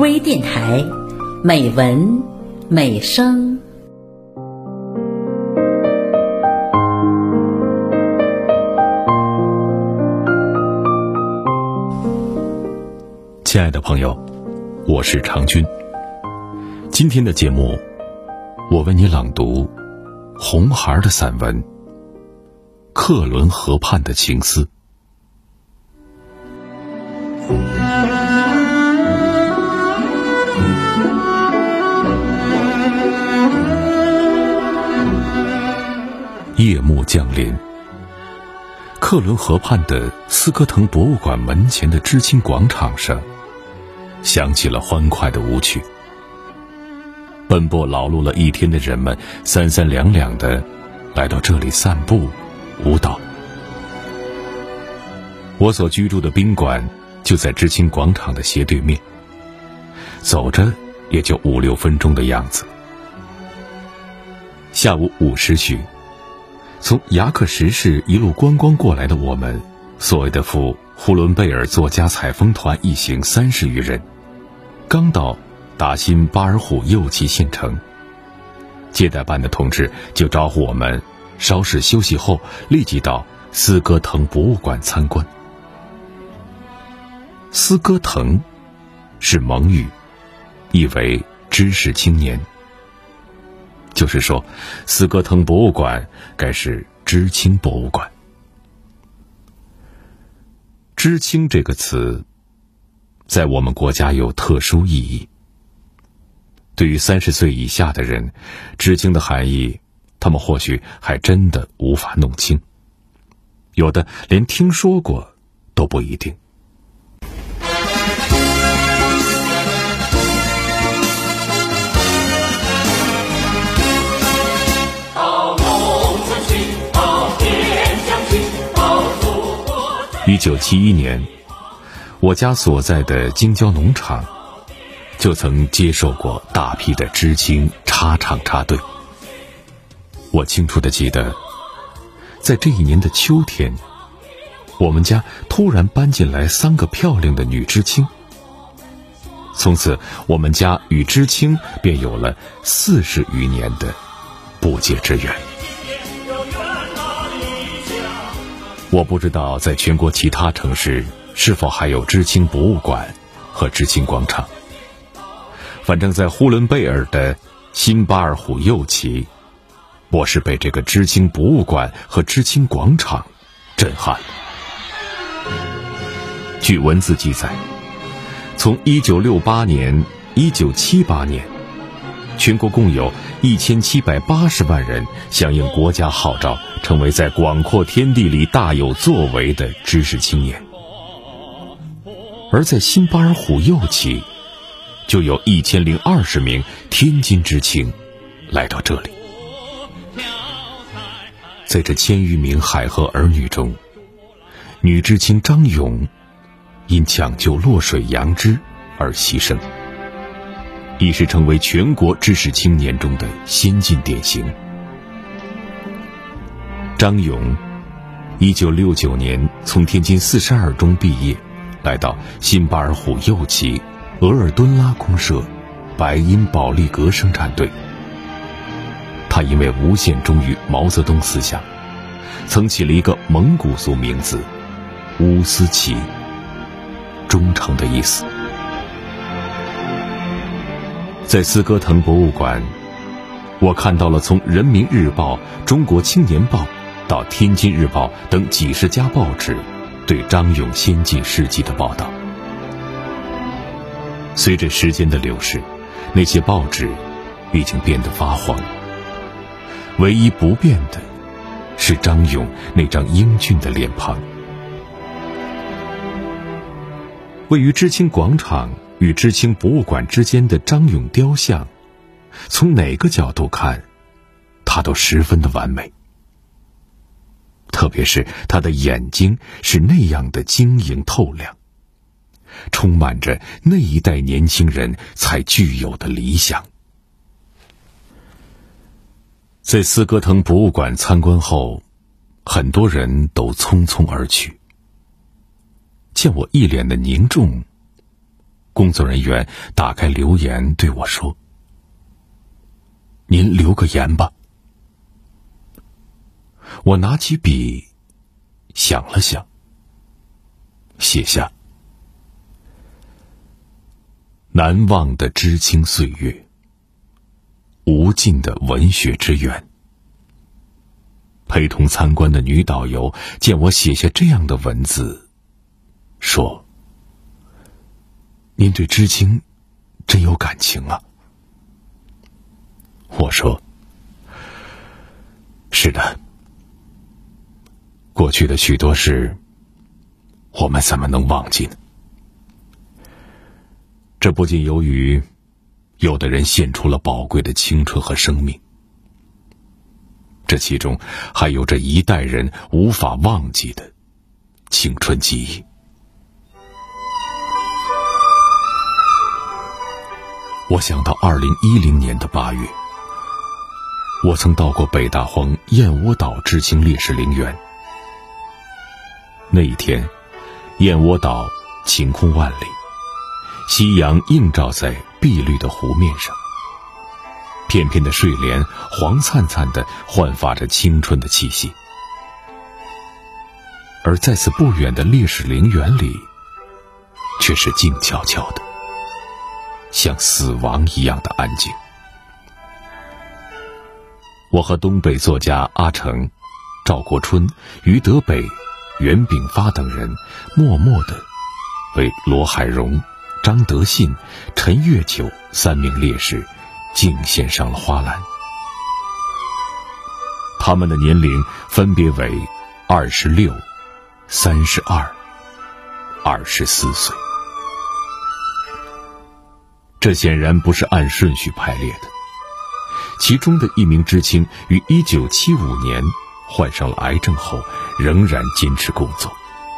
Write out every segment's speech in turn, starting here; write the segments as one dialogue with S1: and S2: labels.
S1: 微电台，美文美声。
S2: 亲爱的朋友，我是长军。今天的节目，我为你朗读红孩的散文《克伦河畔的情思》。夜幕降临，克伦河畔的斯科滕博物馆门前的知青广场上，响起了欢快的舞曲。奔波劳碌了一天的人们三三两两地来到这里散步舞蹈。我所居住的宾馆就在知青广场的斜对面，走着也就5-6分钟的样子。下午5时许，从牙克什市一路观光过来的我们，所谓的赴呼伦贝尔作家采风团一行30余人，刚到达新巴尔虎右旗县城，接待办的同志就招呼我们稍事休息后立即到斯科滕博物馆参观。斯科滕是蒙语，意为知识青年，就是说斯科滕博物馆该是知青博物馆。知青这个词在我们国家有特殊意义。对于30岁以下的人，知青的含义他们或许还真的无法弄清，有的连听说过都不一定。1971年，我家所在的京郊农场就曾接受过大批的知青插场插队。我清楚地记得，在这一年的秋天，我们家突然搬进来3个漂亮的女知青。从此我们家与知青便有了40余年的不解之缘。我不知道在全国其他城市是否还有知青博物馆和知青广场，反正在呼伦贝尔的新巴尔虎右旗，我是被这个知青博物馆和知青广场震撼了。据文字记载，从1968年、1978年，全国共有1780万人响应国家号召，成为在广阔天地里大有作为的知识青年。而在新巴尔虎右旗，就有1020名天津知青来到这里。在这1000余名海河儿女中，女知青张勇因抢救落水杨枝而牺牲，已是成为全国知识青年中的先进典型。张勇1969年从天津42中毕业，来到新巴尔虎右旗额尔敦拉公社白银保利格生产队。他因为无限忠于毛泽东思想，曾起了一个蒙古族名字乌斯齐，忠诚的意思。在斯科滕博物馆，我看到了从人民日报、中国青年报到天津日报等几十家报纸对张勇先进事迹的报道。随着时间的流逝，那些报纸已经变得发黄，唯一不变的是张勇那张英俊的脸庞。位于知青广场与知青博物馆之间的张勇雕像，从哪个角度看，他都十分的完美。特别是他的眼睛是那样的晶莹透亮，充满着那一代年轻人才具有的理想。在斯科滕博物馆参观后，很多人都匆匆而去。见我一脸的凝重， 工作人员打开留言对我说：“您留个言吧。”我拿起笔想了想，写下：难忘的知青岁月，无尽的文学之源。陪同参观的女导游见我写下这样的文字，说：“您对知青真有感情啊。”我说：“是的，过去的许多事，我们怎么能忘记呢？这不仅由于有的人献出了宝贵的青春和生命，这其中还有着一代人无法忘记的青春记忆。”我想到2010年的8月，我曾到过北大荒燕窝岛知青烈士陵园。那一天，燕窝岛晴空万里，夕阳映照在碧绿的湖面上，片片的睡莲黄灿灿地焕发着青春的气息。而在此不远的烈士陵园里，却是静悄悄的，像死亡一样的安静。我和东北作家阿城、赵国春、于德北、袁炳发等人默默地为罗海荣、张德信、陈月球3名烈士敬献上了花篮。他们的年龄分别为26、32、24岁。这显然不是按顺序排列的。其中的一名知青于1975年患上了癌症后，仍然坚持工作。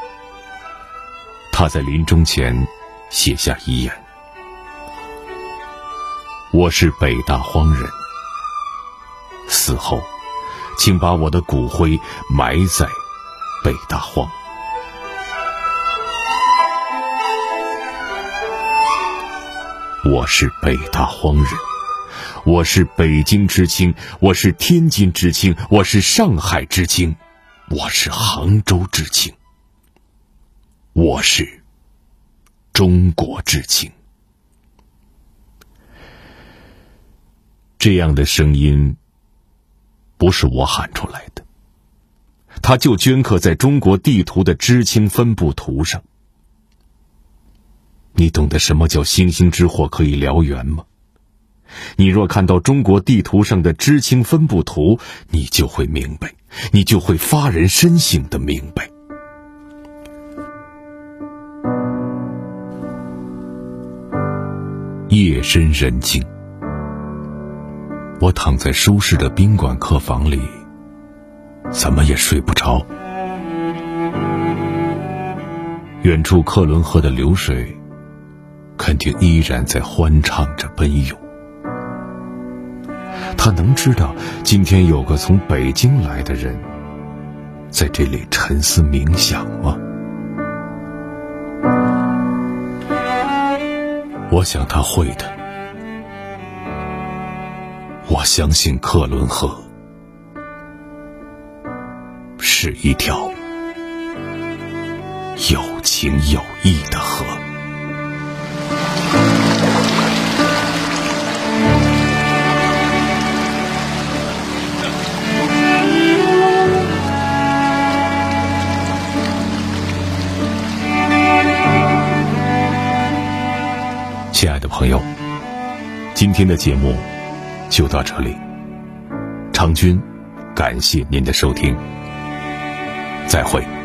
S2: 他在临终前写下遗言：“我是北大荒人，死后，请把我的骨灰埋在北大荒。”我是北大荒人，我是北京知青，我是天津知青，我是上海知青，我是杭州知青，我是中国知青。这样的声音不是我喊出来的，它就镌刻在中国地图的知青分布图上。你懂得什么叫星星之火可以燎原吗？你若看到中国地图上的知青分布图，你就会明白，你就会发人深省地明白。夜深人静，我躺在舒适的宾馆客房里，怎么也睡不着。远处克伦河的流水肯定依然在欢唱着奔涌。他能知道今天有个从北京来的人在这里沉思冥想吗？我想他会的。我相信克伦河是一条有情有义的河。亲爱的朋友，今天的节目就到这里。长军，感谢您的收听，再会。